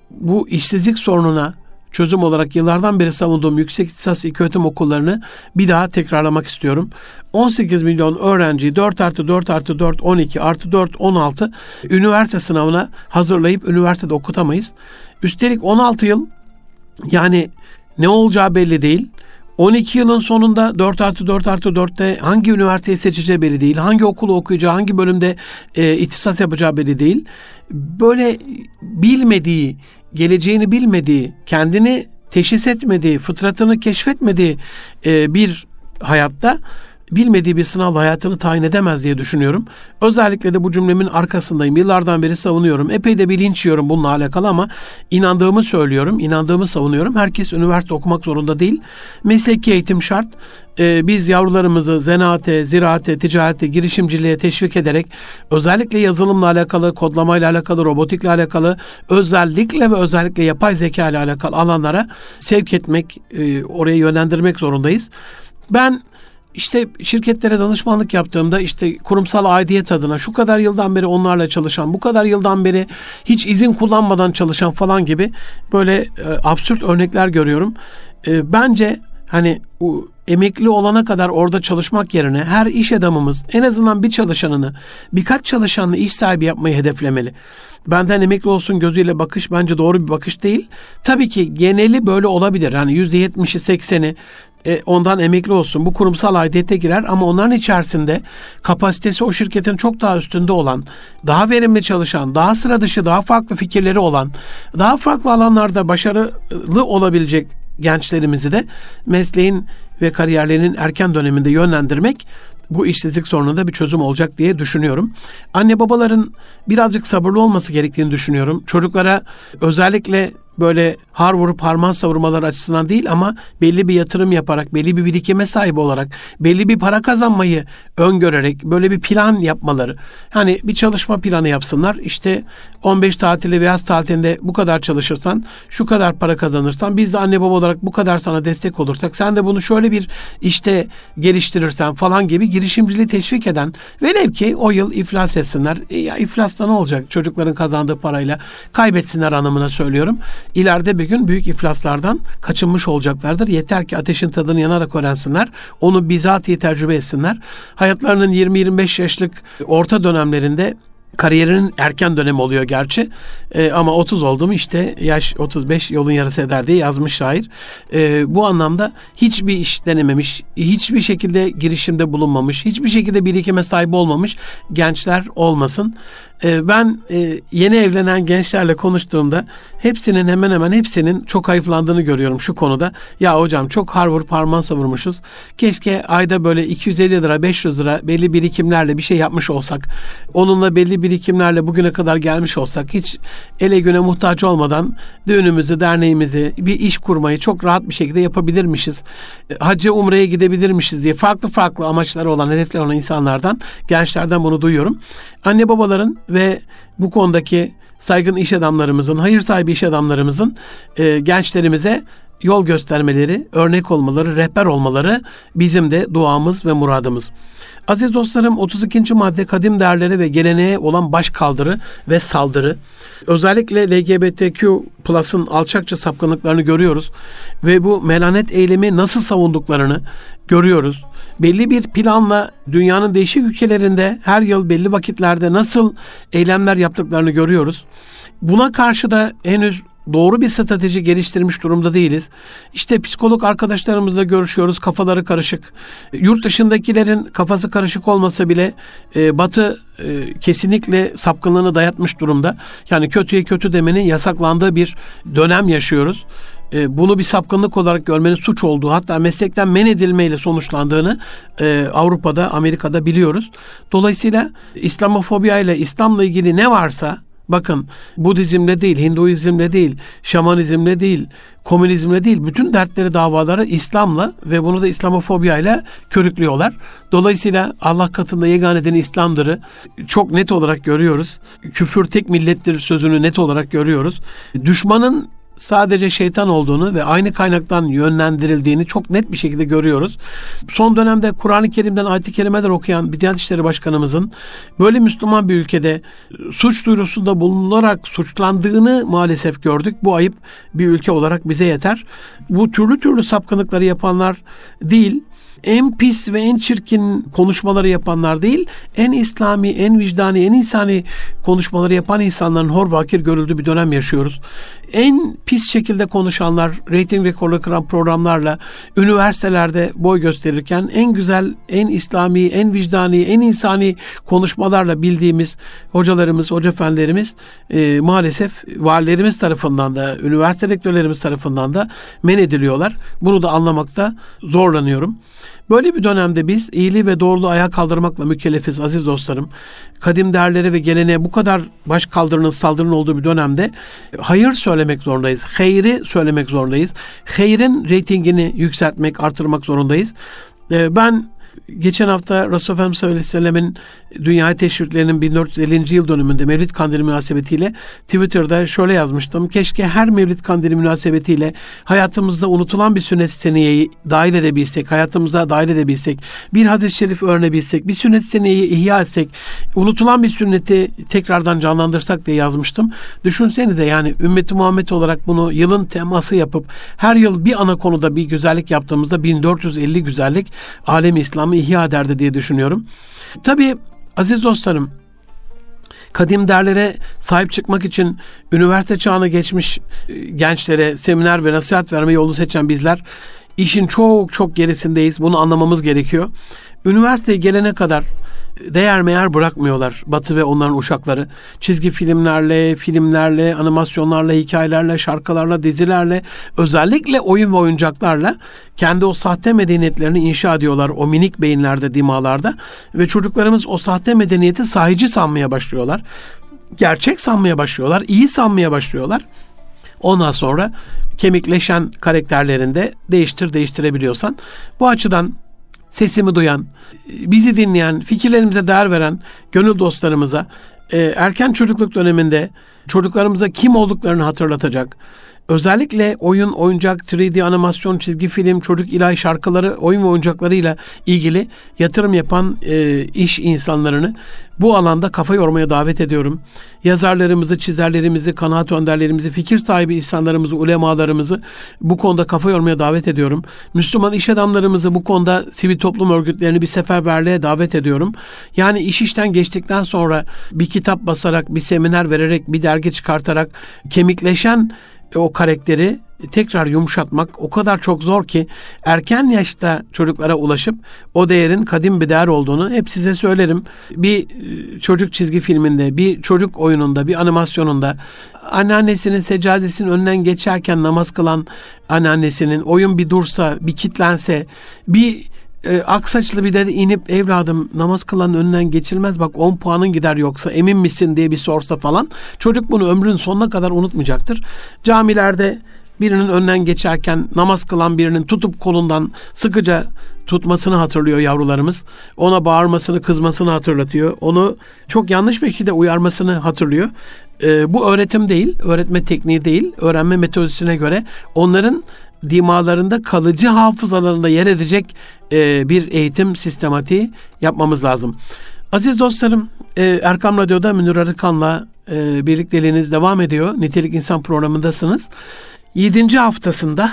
bu işsizlik sorununa çözüm olarak yıllardan beri savunduğum yüksek lisans ilköğretim okullarını bir daha tekrarlamak istiyorum. 18 milyon öğrenciyi 4+4+4 12 +4 16 üniversite sınavına hazırlayıp üniversitede okutamayız. Üstelik 16 yıl, yani ne olacağı belli değil. 12 yılın sonunda 4+4+4'te hangi üniversiteyi seçeceği belli değil. Hangi okulu okuyacağı, hangi bölümde ihtisas yapacağı belli değil. Böyle bilmediği, geleceğini bilmediği, kendini teşhis etmediği, fıtratını keşfetmediği bir hayatta bilmediği bir sınavla hayatını tayin edemez diye düşünüyorum. Özellikle de bu cümlemin arkasındayım. Yıllardan beri savunuyorum. Epey de bir linç yiyorum bununla alakalı ama inandığımı söylüyorum, inandığımı savunuyorum. Herkes üniversite okumak zorunda değil. Mesleki eğitim şart. Biz yavrularımızı zanaate, ziraate, ticarete, girişimciliğe teşvik ederek özellikle yazılımla alakalı, kodlamayla alakalı, robotikle alakalı, özellikle yapay zeka ile alakalı alanlara sevk etmek, oraya yönlendirmek zorundayız. Ben İşte şirketlere danışmanlık yaptığımda işte kurumsal aidiyet adına şu kadar yıldan beri onlarla çalışan, bu kadar yıldan beri hiç izin kullanmadan çalışan falan gibi böyle absürt örnekler görüyorum. Bence hani emekli olana kadar orada çalışmak yerine her iş adamımız en azından bir çalışanını, birkaç çalışanını iş sahibi yapmayı hedeflemeli. Benden emekli olsun gözüyle bakış bence doğru bir bakış değil. Tabii ki geneli böyle olabilir. Hani %70'i 80'i ondan emekli olsun. Bu kurumsal aidiyete girer ama onların içerisinde kapasitesi o şirketin çok daha üstünde olan, daha verimli çalışan, daha sıra dışı, daha farklı fikirleri olan, daha farklı alanlarda başarılı olabilecek gençlerimizi de mesleğin ve kariyerlerinin erken döneminde yönlendirmek bu işsizlik sorununda bir çözüm olacak diye düşünüyorum. Anne babaların birazcık sabırlı olması gerektiğini düşünüyorum. Çocuklara özellikle böyle har vurup harman savurmalar açısından değil ama belli bir yatırım yaparak, belli bir birikime sahip olarak, belli bir para kazanmayı öngörerek böyle bir plan yapmaları. Hani bir çalışma planı yapsınlar. İşte 15 tatili ve yaz tatilinde bu kadar çalışırsan, şu kadar para kazanırsan, biz de anne baba olarak bu kadar sana destek olursak, sen de bunu şöyle bir işte geliştirirsen falan gibi girişimciliği teşvik eden, velev ki o yıl iflas etsinler. Ya iflasta ne olacak? Çocukların kazandığı parayla kaybetsinler anlamına söylüyorum. İleride bir gün büyük iflaslardan kaçınmış olacaklardır. Yeter ki ateşin tadını yanarak öğrensinler. Onu bizatihi tecrübe etsinler. Hayatlarının 20-25 yaşlık orta dönemlerinde, kariyerinin erken dönemi oluyor gerçi. Ama 30 oldu mu işte yaş 35 yolun yarısı eder diye yazmış şair. Bu anlamda hiçbir iş denememiş, hiçbir şekilde girişimde bulunmamış, hiçbir şekilde birikime sahip olmamış gençler olmasın. Ben yeni evlenen gençlerle konuştuğumda hemen hemen hepsinin çok ayıplandığını görüyorum şu konuda. Ya hocam çok harvur parmağı savurmuşuz. Keşke ayda böyle 250 lira 500 lira belli birikimlerle bir şey yapmış olsak. Onunla belli birikimlerle bugüne kadar gelmiş olsak. Hiç ele güne muhtaç olmadan düğünümüzü, derneğimizi, bir iş kurmayı çok rahat bir şekilde yapabilirmişiz. Hacca, umreye gidebilirmişiz diye farklı amaçları olan, hedefleri olan insanlardan, gençlerden bunu duyuyorum. Anne babaların ve bu konudaki saygın iş adamlarımızın, hayır sahibi iş adamlarımızın gençlerimize yol göstermeleri, örnek olmaları, rehber olmaları bizim de duamız ve muradımız. Aziz dostlarım, 32. madde kadim değerlere ve geleneğe olan başkaldırı ve saldırı. Özellikle LGBTQ+'ın alçakça sapkınlıklarını görüyoruz ve bu melanet eylemi nasıl savunduklarını görüyoruz. Belli bir planla dünyanın değişik ülkelerinde her yıl belli vakitlerde nasıl eylemler yaptıklarını görüyoruz. Buna karşı da henüz doğru bir strateji geliştirmiş durumda değiliz. İşte psikolog arkadaşlarımızla görüşüyoruz, kafaları karışık. Yurt dışındakilerin kafası karışık olmasa bile Batı kesinlikle sapkınlığını dayatmış durumda. Yani kötüye kötü demenin yasaklandığı bir dönem yaşıyoruz. Bunu bir sapkınlık olarak görmenin suç olduğu, hatta meslekten men edilmeyle sonuçlandığını Avrupa'da, Amerika'da biliyoruz. Dolayısıyla İslamofobiya ile İslam'la ilgili ne varsa, bakın Budizmle değil, Hinduizmle değil, şamanizmle değil, komünizmle değil, bütün dertleri, davaları İslam'la ve bunu da İslamofobiya ile körüklüyorlar. Dolayısıyla Allah katında yegane dini İslam'dırı çok net olarak görüyoruz. Küfür tek millettir sözünü net olarak görüyoruz. Düşmanın sadece şeytan olduğunu ve aynı kaynaktan yönlendirildiğini çok net bir şekilde görüyoruz. Son dönemde Kur'an-ı Kerim'den ayet-i kerimeler okuyan Diyanet İşleri Başkanımızın böyle Müslüman bir ülkede suç duyurusunda bulunarak suçlandığını maalesef gördük. Bu ayıp bir ülke olarak bize yeter. Bu türlü sapkınlıkları yapanlar değil, en pis ve en çirkin konuşmaları yapanlar değil, en İslami, en vicdani, en insani konuşmaları yapan insanların hor ve hakir görüldüğü bir dönem yaşıyoruz. En pis şekilde konuşanlar, reyting rekorları kıran programlarla üniversitelerde boy gösterirken en güzel, en İslami, en vicdani, en insani konuşmalarla bildiğimiz hocalarımız, hoca efendilerimiz maalesef valilerimiz tarafından da, üniversite rektörlerimiz tarafından da men ediliyorlar. Bunu da anlamakta zorlanıyorum. Böyle bir dönemde biz iyiliği ve doğruluğu ayağa kaldırmakla mükellefiz aziz dostlarım. Kadim değerlere ve geleneğe bu kadar baş kaldırının, saldırının olduğu bir dönemde hayır söylemek zorundayız. Hayri söylemek zorundayız. Hayrin reytingini yükseltmek, artırmak zorundayız. Ben geçen hafta Resulullah Efendimiz sallallahu aleyhi ve sellemin dünyaya teşriflerinin 1450. yıl dönümünde Mevlid Kandili münasebetiyle Twitter'da şöyle yazmıştım. Keşke her Mevlid Kandili münasebetiyle hayatımızda unutulan bir sünnet-i seniyeyi dahil edebilsek, hayatımıza dahil edebilsek, bir hadis-i şerif öğrenebilsek, bir sünnet-i seniyeyi ihya etsek, unutulan bir sünneti tekrardan canlandırsak diye yazmıştım. Düşünsenize, yani ümmeti Muhammed olarak bunu yılın teması yapıp her yıl bir ana konuda bir güzellik yaptığımızda 1450 güzellik alem-i İslam'ı ihya ederdi diye düşünüyorum. Tabii aziz dostlarım, kadim değerlere sahip çıkmak için üniversite çağına geçmiş gençlere seminer ve nasihat verme yolunu seçen bizler işin çok gerisindeyiz. Bunu anlamamız gerekiyor. Üniversiteye gelene kadar değer meğer bırakmıyorlar Batı ve onların uşakları. Çizgi filmlerle, animasyonlarla, hikayelerle, şarkılarla, dizilerle, özellikle oyun ve oyuncaklarla kendi o sahte medeniyetlerini inşa ediyorlar o minik beyinlerde, dimalarda ve çocuklarımız o sahte medeniyeti sahici sanmaya başlıyorlar. Gerçek sanmaya başlıyorlar, iyi sanmaya başlıyorlar. Ondan sonra kemikleşen karakterlerinde değiştirebiliyorsan. Bu açıdan sesimi duyan, bizi dinleyen, fikirlerimize değer veren gönül dostlarımıza erken çocukluk döneminde çocuklarımıza kim olduklarını hatırlatacak, özellikle oyun, oyuncak, 3D animasyon, çizgi film, çocuk ilahi şarkıları, oyun ve oyuncaklarıyla ilgili yatırım yapan iş insanlarını bu alanda kafa yormaya davet ediyorum. Yazarlarımızı, çizerlerimizi, kanaat önderlerimizi, fikir sahibi insanlarımızı, ulemalarımızı bu konuda kafa yormaya davet ediyorum. Müslüman iş adamlarımızı bu konuda sivil toplum örgütlerini bir seferberliğe davet ediyorum. Yani iş işten geçtikten sonra bir kitap basarak, bir seminer vererek, bir dergi çıkartarak kemikleşen o karakteri tekrar yumuşatmak o kadar çok zor ki erken yaşta çocuklara ulaşıp o değerin kadim bir değer olduğunu hep size söylerim. Bir çocuk çizgi filminde, bir çocuk oyununda, bir animasyonunda anneannesinin seccadesinin önünden geçerken namaz kılan anneannesinin oyun bir dursa, bir kitlense, bir aksaçlı bir de inip evladım namaz kılanın önünden geçilmez bak 10 puanın gider yoksa emin misin diye bir sorsa falan çocuk bunu ömrünün sonuna kadar unutmayacaktır. Camilerde birinin önünden geçerken namaz kılan birinin tutup kolundan sıkıca tutmasını hatırlıyor yavrularımız. Ona bağırmasını, kızmasını hatırlatıyor. Onu çok yanlış bir şekilde uyarmasını hatırlıyor. Bu öğretim değil, öğretme tekniği değil, öğrenme metodisine göre onların dimalarında, kalıcı hafızalarında yer edecek bir eğitim sistematiği yapmamız lazım. Aziz dostlarım, Erkam Radyo'da Münir Arıkan'la birlikteliğiniz devam ediyor. Nitelik İnsan programındasınız. 7. haftasında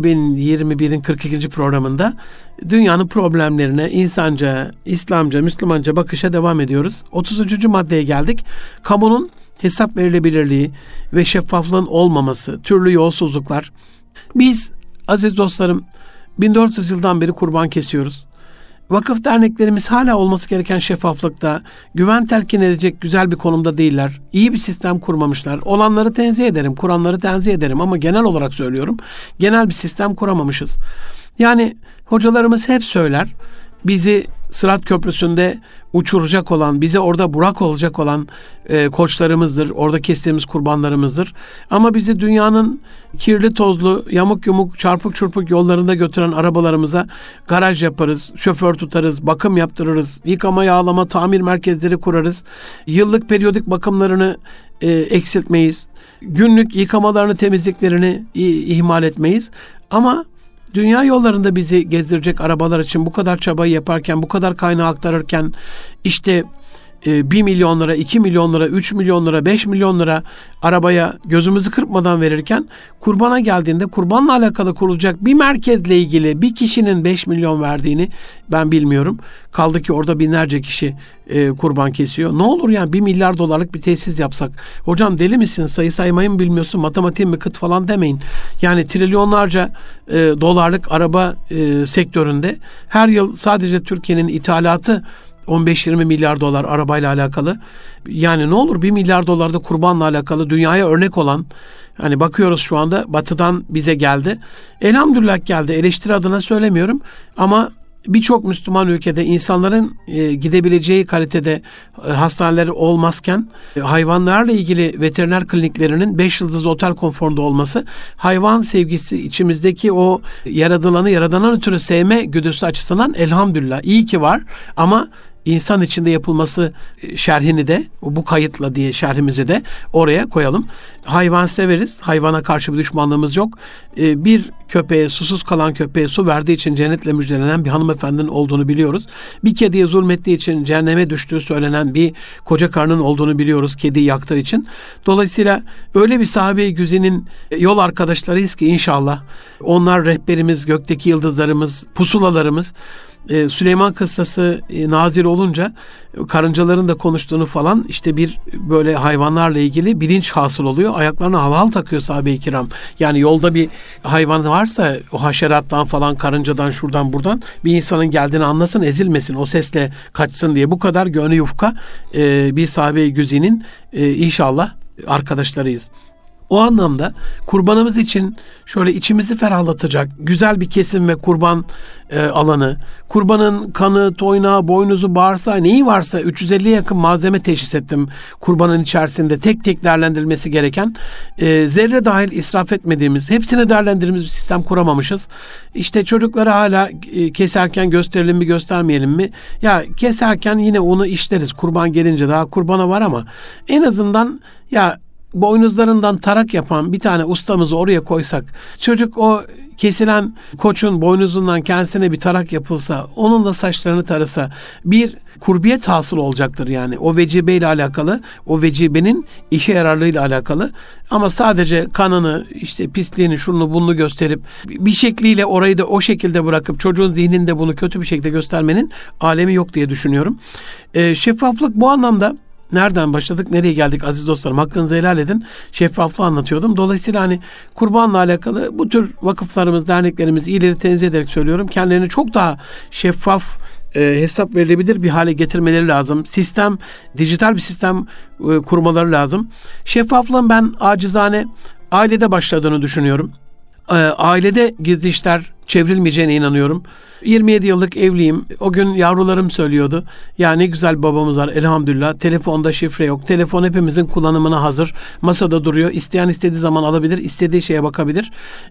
2021'in 42. programında dünyanın problemlerine insanca, İslamca, Müslümanca bakışa devam ediyoruz. 33. maddeye geldik. Kamunun hesap verilebilirliği ve şeffaflığın olmaması, türlü yolsuzluklar. Biz aziz dostlarım 1400 yıldan beri kurban kesiyoruz. Vakıf derneklerimiz hala olması gereken şeffaflıkta, güven telkin edecek güzel bir konumda değiller. İyi bir sistem kurmamışlar. Olanları tenzih ederim, kuranları tenzih ederim ama genel olarak söylüyorum. Genel bir sistem kuramamışız. Yani hocalarımız hep söyler. Bizi Sırat Köprüsü'nde uçuracak olan, bize orada burak olacak olan koçlarımızdır. Orada kestiğimiz kurbanlarımızdır. Ama bizi dünyanın kirli tozlu, yamuk yumuk, çarpık çırpık yollarında götüren arabalarımıza garaj yaparız, şoför tutarız, bakım yaptırırız, yıkama, yağlama, tamir merkezleri kurarız. Yıllık periyodik bakımlarını eksiltmeyiz. Günlük yıkamalarını, temizliklerini ihmal etmeyiz. Ama dünya yollarında bizi gezdirecek arabalar için bu kadar çabayı yaparken, bu kadar kaynağı aktarırken işte 1 milyon lira, 2 milyon lira, 3 milyon lira, 5 milyon lira arabaya gözümüzü kırpmadan verirken kurbana geldiğinde kurbanla alakalı kurulacak bir merkezle ilgili bir kişinin 5 milyon verdiğini ben bilmiyorum. Kaldı ki orada binlerce kişi kurban kesiyor. Ne olur yani 1 milyar dolarlık bir tesis yapsak. Hocam deli misin? Sayı saymayı mı bilmiyorsun? Matematiğin mi kıt falan demeyin. Yani trilyonlarca dolarlık araba sektöründe her yıl sadece Türkiye'nin ithalatı 15-20 milyar dolar arabayla alakalı. Yani ne olur 1 milyar dolarda kurbanla alakalı dünyaya örnek olan, hani bakıyoruz şu anda batıdan bize geldi. Elhamdülillah geldi. Eleştiri adına söylemiyorum ama birçok Müslüman ülkede insanların gidebileceği kalitede hastaneleri olmazken hayvanlarla ilgili veteriner kliniklerinin 5 yıldızlı otel konforunda olması, hayvan sevgisi içimizdeki o yaradılanı yaradandan ötürü sevme güdüsü açısından elhamdülillah iyi ki var ama İnsan içinde yapılması şerhini de bu kayıtla diye şerhimizi de oraya koyalım. Hayvan severiz. Hayvana karşı bir düşmanlığımız yok. Bir köpeğe, susuz kalan köpeğe su verdiği için cennetle müjdelenen bir hanımefendinin olduğunu biliyoruz. Bir kediye zulmettiği için cehenneme düştüğü söylenen bir koca karının olduğunu biliyoruz. Kediyi yaktığı için. Dolayısıyla öyle bir sahabe-i güzinin yol arkadaşlarıyız ki inşallah onlar rehberimiz, gökteki yıldızlarımız, pusulalarımız. Süleyman kıssası nazil olunca karıncaların da konuştuğunu falan işte bir böyle hayvanlarla ilgili bilinç hasıl oluyor. Ayaklarına halhal takıyor sahabe-i kiram. Yani yolda bir hayvan varsa o haşerattan falan, karıncadan, şuradan buradan bir insanın geldiğini anlasın, ezilmesin, o sesle kaçsın diye bu kadar gönlü yufka bir sahabe-i güzinin inşallah arkadaşlarıyız. O anlamda kurbanımız için şöyle içimizi ferahlatacak güzel bir kesim ve kurban alanı, kurbanın kanı, toynağı, boynuzu, bağırsağı neyi varsa 350'ye yakın malzeme teşhis ettim kurbanın içerisinde tek tek değerlendirilmesi gereken, zerre dahil israf etmediğimiz, hepsini değerlendirdiğimiz bir sistem kuramamışız. İşte çocuklara hala keserken gösterelim mi göstermeyelim mi? Ya keserken yine onu işleriz. Kurban gelince daha kurbana var ama en azından ya boynuzlarından tarak yapan bir tane ustamızı oraya koysak, çocuk o kesilen koçun boynuzundan kendisine bir tarak yapılsa, onunla saçlarını tarasa bir kurbiyet hasıl olacaktır yani. O vecibeyle alakalı, o vecibenin işe yararlığıyla alakalı. Ama sadece kanını, işte pisliğini, şunu bunu gösterip bir şekliyle orayı da o şekilde bırakıp çocuğun zihninde bunu kötü bir şekilde göstermenin alemi yok diye düşünüyorum. Şeffaflık bu anlamda. Nereden başladık, nereye geldik aziz dostlarım? Hakkınızı helal edin. Şeffaflığı anlatıyordum. Dolayısıyla hani kurbanla alakalı bu tür vakıflarımız, derneklerimiz iyileri tenzih ederek söylüyorum. Kendilerini çok daha şeffaf, hesap verilebilir bir hale getirmeleri lazım. Sistem, dijital bir sistem kurmaları lazım. Şeffaflığın ben acizane ailede başladığını düşünüyorum. Ailede gizli işler çevrilmeyeceğine inanıyorum. 27 yıllık evliyim. O gün yavrularım söylüyordu. Ya ne güzel babamız var elhamdülillah. Telefonda şifre yok. Telefon hepimizin kullanımına hazır. Masada duruyor. İsteyen istediği zaman alabilir. İstediği şeye bakabilir.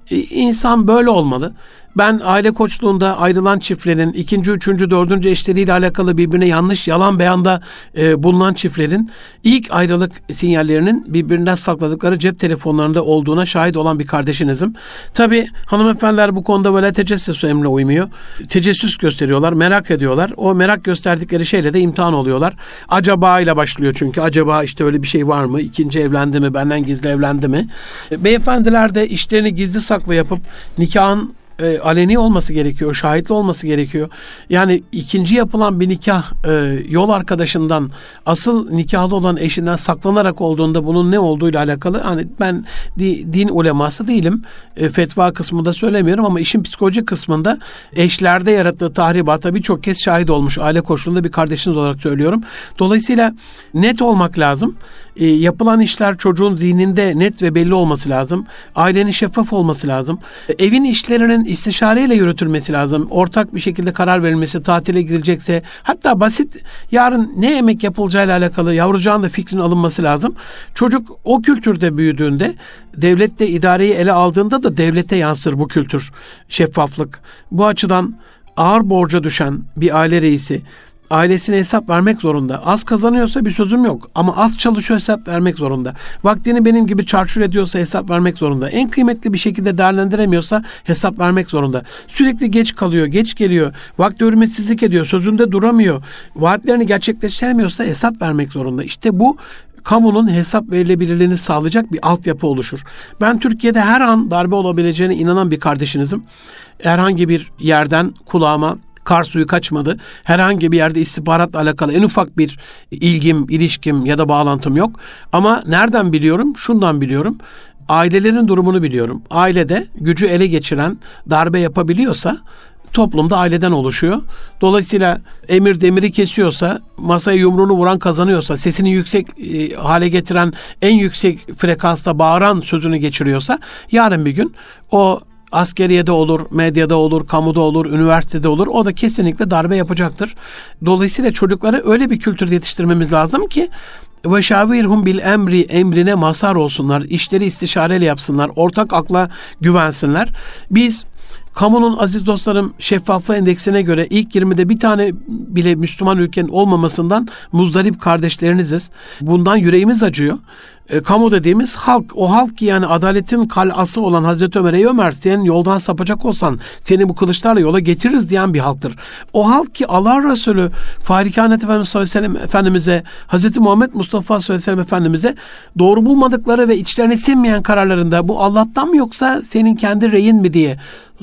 İnsan böyle olmalı. Ben aile koçluğunda ayrılan çiftlerin, ikinci, üçüncü, dördüncü eşleriyle alakalı birbirine yanlış, yalan beyanda bulunan çiftlerin ilk ayrılık sinyallerinin birbirinden sakladıkları cep telefonlarında olduğuna şahit olan bir kardeşinizim. Tabii hanımefendiler bu konuda böyle tecessüs emrine uymuyor. Tecessüs gösteriyorlar, merak ediyorlar. O merak gösterdikleri şeyle de imtihan oluyorlar. Acaba ile başlıyor çünkü. Acaba işte öyle bir şey var mı? İkinci evlendi mi? Benden gizli evlendi mi? Beyefendiler de işlerini gizli saklı yapıp nikahın aleni olması gerekiyor, şahitli olması gerekiyor. Yani ikinci yapılan bir nikah yol arkadaşından, asıl nikahlı olan eşinden saklanarak olduğunda bunun ne olduğuyla alakalı, hani ben din uleması değilim. Fetva kısmında söylemiyorum ama işin psikolojik kısmında eşlerde yarattığı tahribata birçok kez şahit olmuş aile koçluğunda bir kardeşiniz olarak söylüyorum. Dolayısıyla net olmak lazım. Yapılan işler çocuğun zihninde net ve belli olması lazım. Ailenin şeffaf olması lazım. Evin işlerinin istişareyle yürütülmesi lazım. Ortak bir şekilde karar verilmesi, tatile gidilecekse, hatta basit yarın ne yemek yapılacağıyla alakalı yavrucağın da fikrinin alınması lazım. Çocuk o kültürde büyüdüğünde, devlette idareyi ele aldığında da devlete yansır bu kültür, şeffaflık. Bu açıdan ağır borca düşen bir aile reisi ailesine hesap vermek zorunda. Az kazanıyorsa bir sözüm yok. Ama az çalışıyor, hesap vermek zorunda. Vaktini benim gibi çarçur ediyorsa hesap vermek zorunda. En kıymetli bir şekilde değerlendiremiyorsa hesap vermek zorunda. Sürekli geç kalıyor, geç geliyor. Vakti hürmetsizlik ediyor, sözünde duramıyor. Vaatlerini gerçekleştiremiyorsa hesap vermek zorunda. İşte bu kamunun hesap verilebilirliğini sağlayacak bir altyapı oluşur. Ben Türkiye'de her an darbe olabileceğine inanan bir kardeşinizim. Herhangi bir yerden kulağıma kar suyu kaçmadı. Herhangi bir yerde istihbaratla alakalı en ufak bir ilgim, ilişkim ya da bağlantım yok. Ama nereden biliyorum? Şundan biliyorum. Ailelerin durumunu biliyorum. Ailede gücü ele geçiren darbe yapabiliyorsa toplumda aileden oluşuyor. Dolayısıyla emir demiri kesiyorsa, masaya yumruğunu vuran kazanıyorsa, sesini yüksek hale getiren, en yüksek frekansta bağıran sözünü geçiriyorsa, yarın bir gün o askeriyede olur, medyada olur, kamuda olur, üniversitede olur. O da kesinlikle darbe yapacaktır. Dolayısıyla çocukları öyle bir kültürde yetiştirmemiz lazım ki ve şavirhum bil emri, emrine mazhar olsunlar. İşleri istişareyle yapsınlar. Ortak akla güvensinler. Biz kamunun aziz dostlarım şeffaflığı endeksine göre ilk 20'de bir tane bile Müslüman ülkenin olmamasından muzdarip kardeşleriniziz. Bundan yüreğimiz acıyor. Kamu dediğimiz halk, o halk ki yani adaletin kalası olan Hazreti Ömer, ey Ömer senin yoldan sapacak olsan seni bu kılıçlarla yola getiririz diyen bir halktır. O halk ki Allah Resulü Fahri Kainat Efendimiz sallallahu aleyhi ve sellem Efendimiz'e, Hazreti Muhammed Mustafa sallallahu aleyhi ve sellem Efendimiz'e doğru bulmadıkları ve içlerine sinmeyen kararlarında bu Allah'tan mı yoksa senin kendi reyin mi diye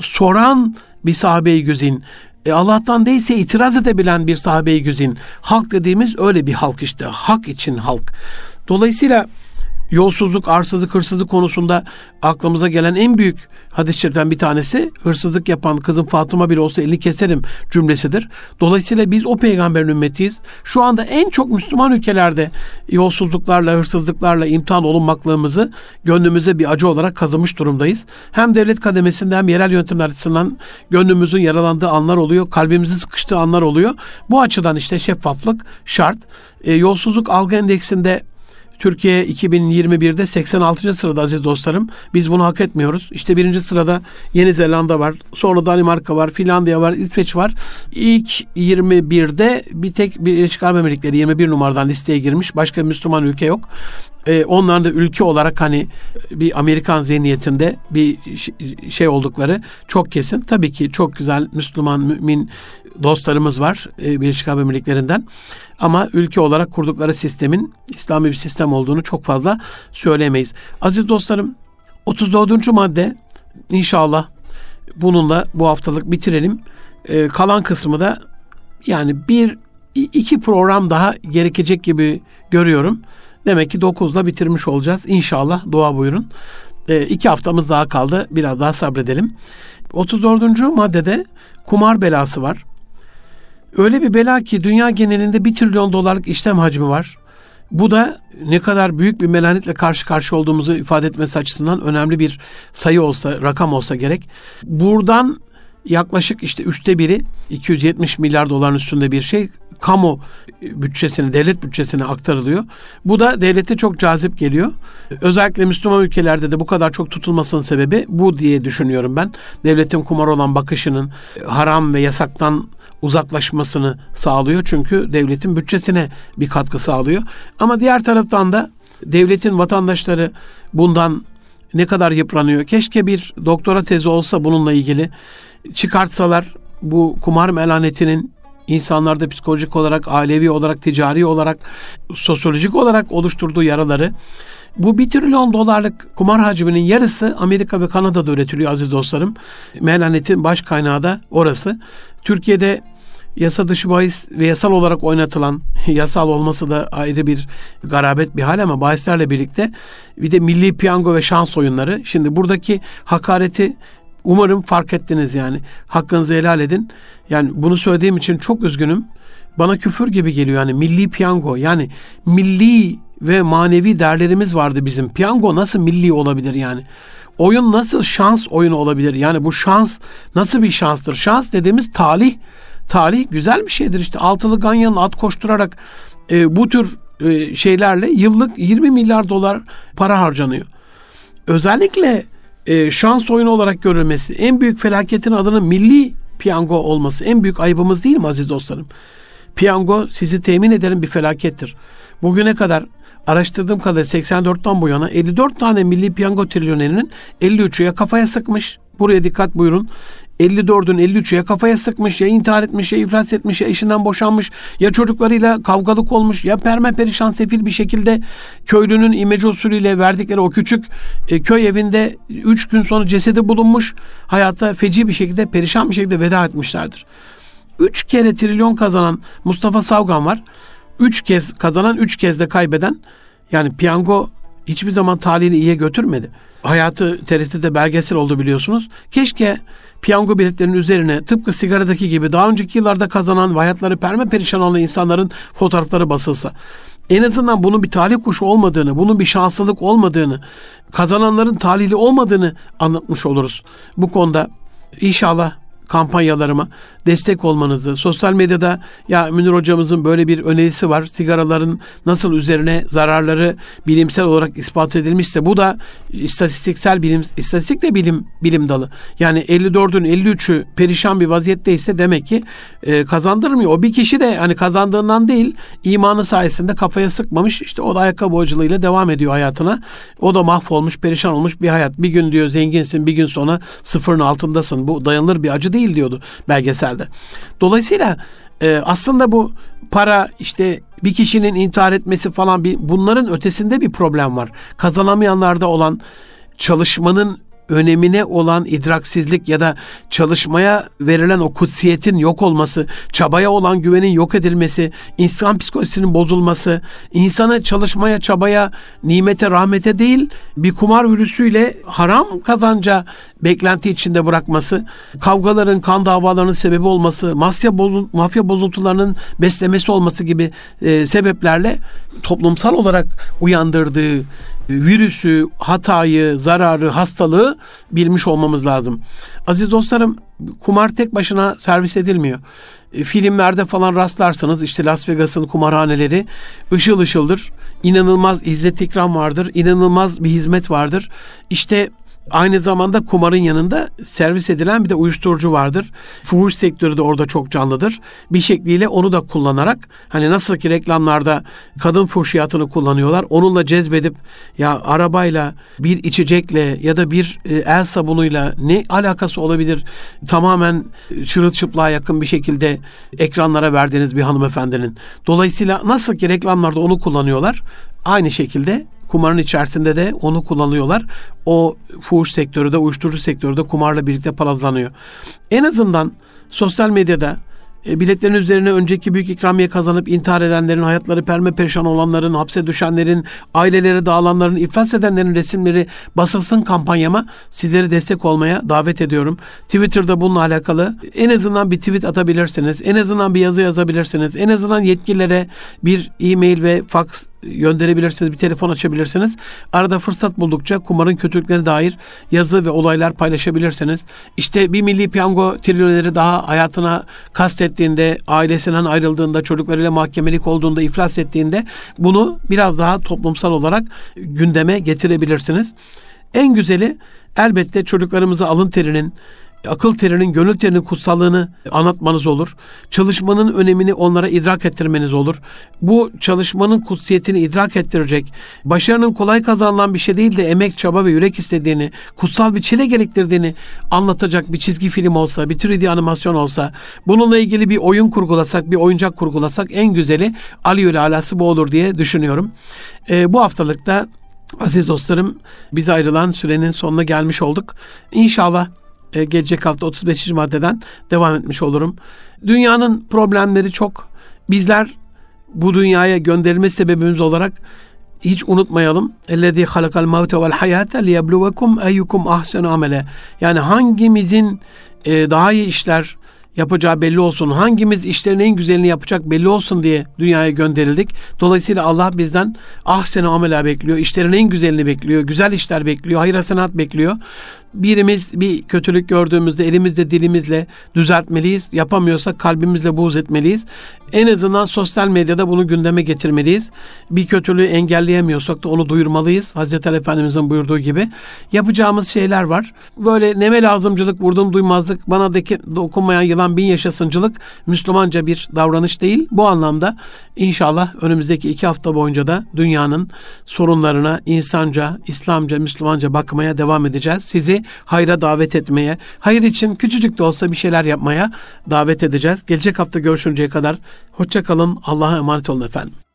soran bir sahabe-i güzin. Allah'tan değilse itiraz edebilen bir sahabe-i güzin. Halk dediğimiz öyle bir halk işte. Hak için halk. Dolayısıyla Yolsuzluk, arsızlık, hırsızlık konusunda aklımıza gelen en büyük hadis-i şeriften bir tanesi, hırsızlık yapan kızım Fatıma bile olsa elini keserim cümlesidir. Dolayısıyla biz o peygamberin ümmetiyiz. Şu anda en çok Müslüman ülkelerde yolsuzluklarla, hırsızlıklarla imtihan olunmaklığımızı gönlümüze bir acı olarak kazımış durumdayız. Hem devlet kademesinde hem yerel yönetimler açısından gönlümüzün yaralandığı anlar oluyor, kalbimizin sıkıştığı anlar oluyor. Bu açıdan işte şeffaflık şart. Yolsuzluk algı endeksinde Türkiye 2021'de 86. sırada aziz dostlarım. Biz bunu hak etmiyoruz. İşte 1. sırada Yeni Zelanda var. Sonra Danimarka var. Finlandiya var. İsveç var. İlk 21'de bir tek Birleşik Arap Emirlikleri 21 numaradan listeye girmiş. Başka Müslüman ülke yok. Onların da ülke olarak hani bir Amerikan zihniyetinde bir şey oldukları çok kesin. Tabii ki çok güzel Müslüman, mümin dostlarımız var Birleşik Arap Emirlikleri'nden. Ama ülke olarak kurdukları sistemin İslami bir sistem olduğunu çok fazla söyleyemeyiz. Aziz dostlarım, 34. madde, inşallah bununla bu haftalık bitirelim. Kalan kısmı da yani 1-2 program daha gerekecek gibi görüyorum. Demek ki 9'la bitirmiş olacağız. İnşallah dua buyurun. 2 haftamız daha kaldı. Biraz daha sabredelim. 34. maddede kumar belası var. Öyle bir bela ki dünya genelinde 1 trilyon dolarlık işlem hacmi var. Bu da ne kadar büyük bir melanetle karşı karşıya olduğumuzu ifade etmesi açısından önemli bir sayı olsa, rakam olsa gerek. Buradan yaklaşık işte 1/3 270 milyar doların üstünde bir şey kamu bütçesine, devlet bütçesine aktarılıyor. Bu da devlete çok cazip geliyor. Özellikle Müslüman ülkelerde de bu kadar çok tutulmasının sebebi bu diye düşünüyorum ben. Devletin kumara olan bakışının haram ve yasaktan uzaklaşmasını sağlıyor. Çünkü devletin bütçesine bir katkı sağlıyor. Ama diğer taraftan da devletin vatandaşları bundan ne kadar yıpranıyor. Keşke bir doktora tezi olsa bununla ilgili. Çıkartsalar bu kumar melanetinin insanlarda psikolojik olarak, ailevi olarak, ticari olarak, sosyolojik olarak oluşturduğu yaraları. Bu 1 trilyon dolarlık kumar hacminin yarısı Amerika ve Kanada'da üretiliyor aziz dostlarım. Melanetin baş kaynağı da orası. Türkiye'de yasa dışı bahis ve yasal olarak oynatılan, yasal olması da ayrı bir garabet bir hal ama bahislerle birlikte bir de milli piyango ve şans oyunları. Şimdi buradaki hakareti umarım fark ettiniz yani. Hakkınızı helal edin. Yani bunu söylediğim için çok üzgünüm. Bana küfür gibi geliyor yani milli piyango. Yani milli ve manevi değerlerimiz vardı bizim. Piyango nasıl milli olabilir yani? Oyun nasıl şans oyunu olabilir? Yani bu şans nasıl bir şanstır? Şans dediğimiz talih. Talih güzel bir şeydir işte. Altılı ganyanın at koşturarak bu tür şeylerle yıllık 20 milyar dolar para harcanıyor. Özellikle şans oyunu olarak görülmesi, en büyük felaketin adının milli piyango olması en büyük ayıbımız değil mi aziz dostlarım? Piyango sizi temin ederim bir felakettir. Bugüne kadar araştırdığım kadarıyla 84'ten bu yana 54 tane milli piyango trilyonerinin 53'ü ya kafaya sıkmış. Buraya dikkat buyurun. 54'ün 53'ü ya kafaya sıkmış, ya intihar etmiş, ya iflas etmiş, ya eşinden boşanmış, ya çocuklarıyla kavgalık olmuş, ya perişan sefil bir şekilde köylünün imece usulüyle verdikleri o küçük köy evinde 3 gün sonra cesedi bulunmuş, hayata feci bir şekilde, perişan bir şekilde veda etmişlerdir. 3 kere trilyon kazanan Mustafa Savgan var. 3 kez kazanan, 3 kez de kaybeden. Yani piyango hiçbir zaman talihini iyiye götürmedi. Hayatı TRT'de belgesel oldu biliyorsunuz. Keşke piyango biletlerinin üzerine tıpkı sigaradaki gibi daha önceki yıllarda kazanan ve hayatları perişan olan insanların fotoğrafları basılsa. En azından bunun bir talih kuşu olmadığını, bunun bir şanslılık olmadığını, kazananların talihli olmadığını anlatmış oluruz. Bu konuda inşallah kampanyalarıma destek olmanızı, sosyal medyada ya Münir hocamızın böyle bir önerisi var. Sigaraların nasıl üzerine zararları bilimsel olarak ispat edilmişse bu da istatistik de bilim dalı. Yani 54'ün 53'ü perişan bir vaziyetteyse demek ki kazandırmıyor. O bir kişi de hani kazandığından değil, imanı sayesinde kafaya sıkmamış. İşte o da ayakkabı hocalığıyla devam ediyor hayatına. O da mahvolmuş, perişan olmuş bir hayat. Bir gün diyor zenginsin, bir gün sonra sıfırın altındasın. Bu dayanılır bir acı değil diyordu belgeselde. Dolayısıyla aslında bu para işte bir kişinin intihar etmesi falan bunların ötesinde bir problem var. Kazanamayanlarda olan çalışmanın önemine olan idraksizlik ya da çalışmaya verilen o kutsiyetin yok olması, çabaya olan güvenin yok edilmesi, insan psikolojisinin bozulması, insanı çalışmaya, çabaya, nimete, rahmete değil bir kumar virüsüyle haram kazanca beklenti içinde bırakması, kavgaların, kan davalarının sebebi olması, mafya bozuntularının beslemesi olması gibi sebeplerle toplumsal olarak uyandırdığı virüsü, hatayı, zararı, hastalığı bilmiş olmamız lazım. Aziz dostlarım, kumar tek başına servis edilmiyor. Filmlerde falan rastlarsanız işte Las Vegas'ın kumarhaneleri ışıl ışıldır. İnanılmaz izzet ikram vardır. İnanılmaz bir hizmet vardır. İşte aynı zamanda kumarın yanında servis edilen bir de uyuşturucu vardır. Fuhuş sektörü de orada çok canlıdır. Bir şekliyle onu da kullanarak, hani nasıl ki reklamlarda kadın fuhşiyatını kullanıyorlar, onunla cezbedip ya arabayla, bir içecekle ya da bir el sabunuyla ne alakası olabilir? Tamamen çırılçıplığa yakın bir şekilde ekranlara verdiğiniz bir hanımefendinin. Dolayısıyla nasıl ki reklamlarda onu kullanıyorlar, aynı şekilde kumarın içerisinde de onu kullanıyorlar. O fuhuş sektörü de, uyuşturucu sektörü de kumarla birlikte palazlanıyor. En azından sosyal medyada biletlerin üzerine önceki büyük ikramiye kazanıp intihar edenlerin, hayatları perişan olanların, hapse düşenlerin, aileleri dağılanların, iflas edenlerin resimleri basılsın kampanyama sizleri destek olmaya davet ediyorum. Twitter'da bununla alakalı en azından bir tweet atabilirsiniz. En azından bir yazı yazabilirsiniz. En azından yetkililere bir e-mail ve fax gönderebilirsiniz, bir telefon açabilirsiniz. Arada fırsat buldukça kumarın kötülüklerine dair yazı ve olaylar paylaşabilirsiniz. İşte bir milli piyango trilyoneri daha hayatına kastettiğinde, ailesinden ayrıldığında, çocuklarıyla mahkemelik olduğunda, iflas ettiğinde bunu biraz daha toplumsal olarak gündeme getirebilirsiniz. En güzeli elbette çocuklarımıza alın terinin, akıl terinin, gönül terinin kutsallığını anlatmanız olur. Çalışmanın önemini onlara idrak ettirmeniz olur. Bu çalışmanın kutsiyetini idrak ettirecek, başarının kolay kazanılan bir şey değil de emek, çaba ve yürek istediğini, kutsal bir çile gerektirdiğini anlatacak bir çizgi film olsa, bir 3D animasyon olsa, bununla ilgili bir oyun kurgulasak, bir oyuncak kurgulasak en güzeli, aliyül alası bu olur diye düşünüyorum. Bu haftalıkta aziz dostlarım, bize ayrılan sürenin sonuna gelmiş olduk. İnşallah gelecek hafta 35. maddeden devam etmiş olurum. Dünyanın problemleri çok. Bizler bu dünyaya gönderilme sebebimiz olarak hiç unutmayalım. اَلَّذ۪ي خَلَقَ الْمَوْتَ وَالْحَيَاةَ لِيَبْلُوَكُمْ اَيُّكُمْ اَحْسَنُ عَمَلًا. Yani hangimizin daha iyi işler yapacağı belli olsun, hangimiz işlerin en güzelini yapacak belli olsun diye dünyaya gönderildik. Dolayısıyla Allah bizden ahsen-i amela bekliyor, işlerin en güzelini bekliyor, güzel işler bekliyor, hayır hasenat bekliyor. Birimiz bir kötülük gördüğümüzde elimizle, dilimizle düzeltmeliyiz. Yapamıyorsak kalbimizle buğz etmeliyiz. En azından sosyal medyada bunu gündeme getirmeliyiz. Bir kötülüğü engelleyemiyorsak da onu duyurmalıyız. Hazreti Ali Efendimizin buyurduğu gibi. Yapacağımız şeyler var. Böyle neme lazımcılık, vurdum duymazlık, bana dokunmayan yılan bin yaşasıncılık Müslümanca bir davranış değil. Bu anlamda inşallah önümüzdeki 2 hafta boyunca da dünyanın sorunlarına insanca, İslamca, Müslümanca bakmaya devam edeceğiz. Sizi hayra davet etmeye, hayır için küçücük de olsa bir şeyler yapmaya davet edeceğiz. Gelecek hafta görüşünceye kadar hoşça kalın. Allah'a emanet olun efendim.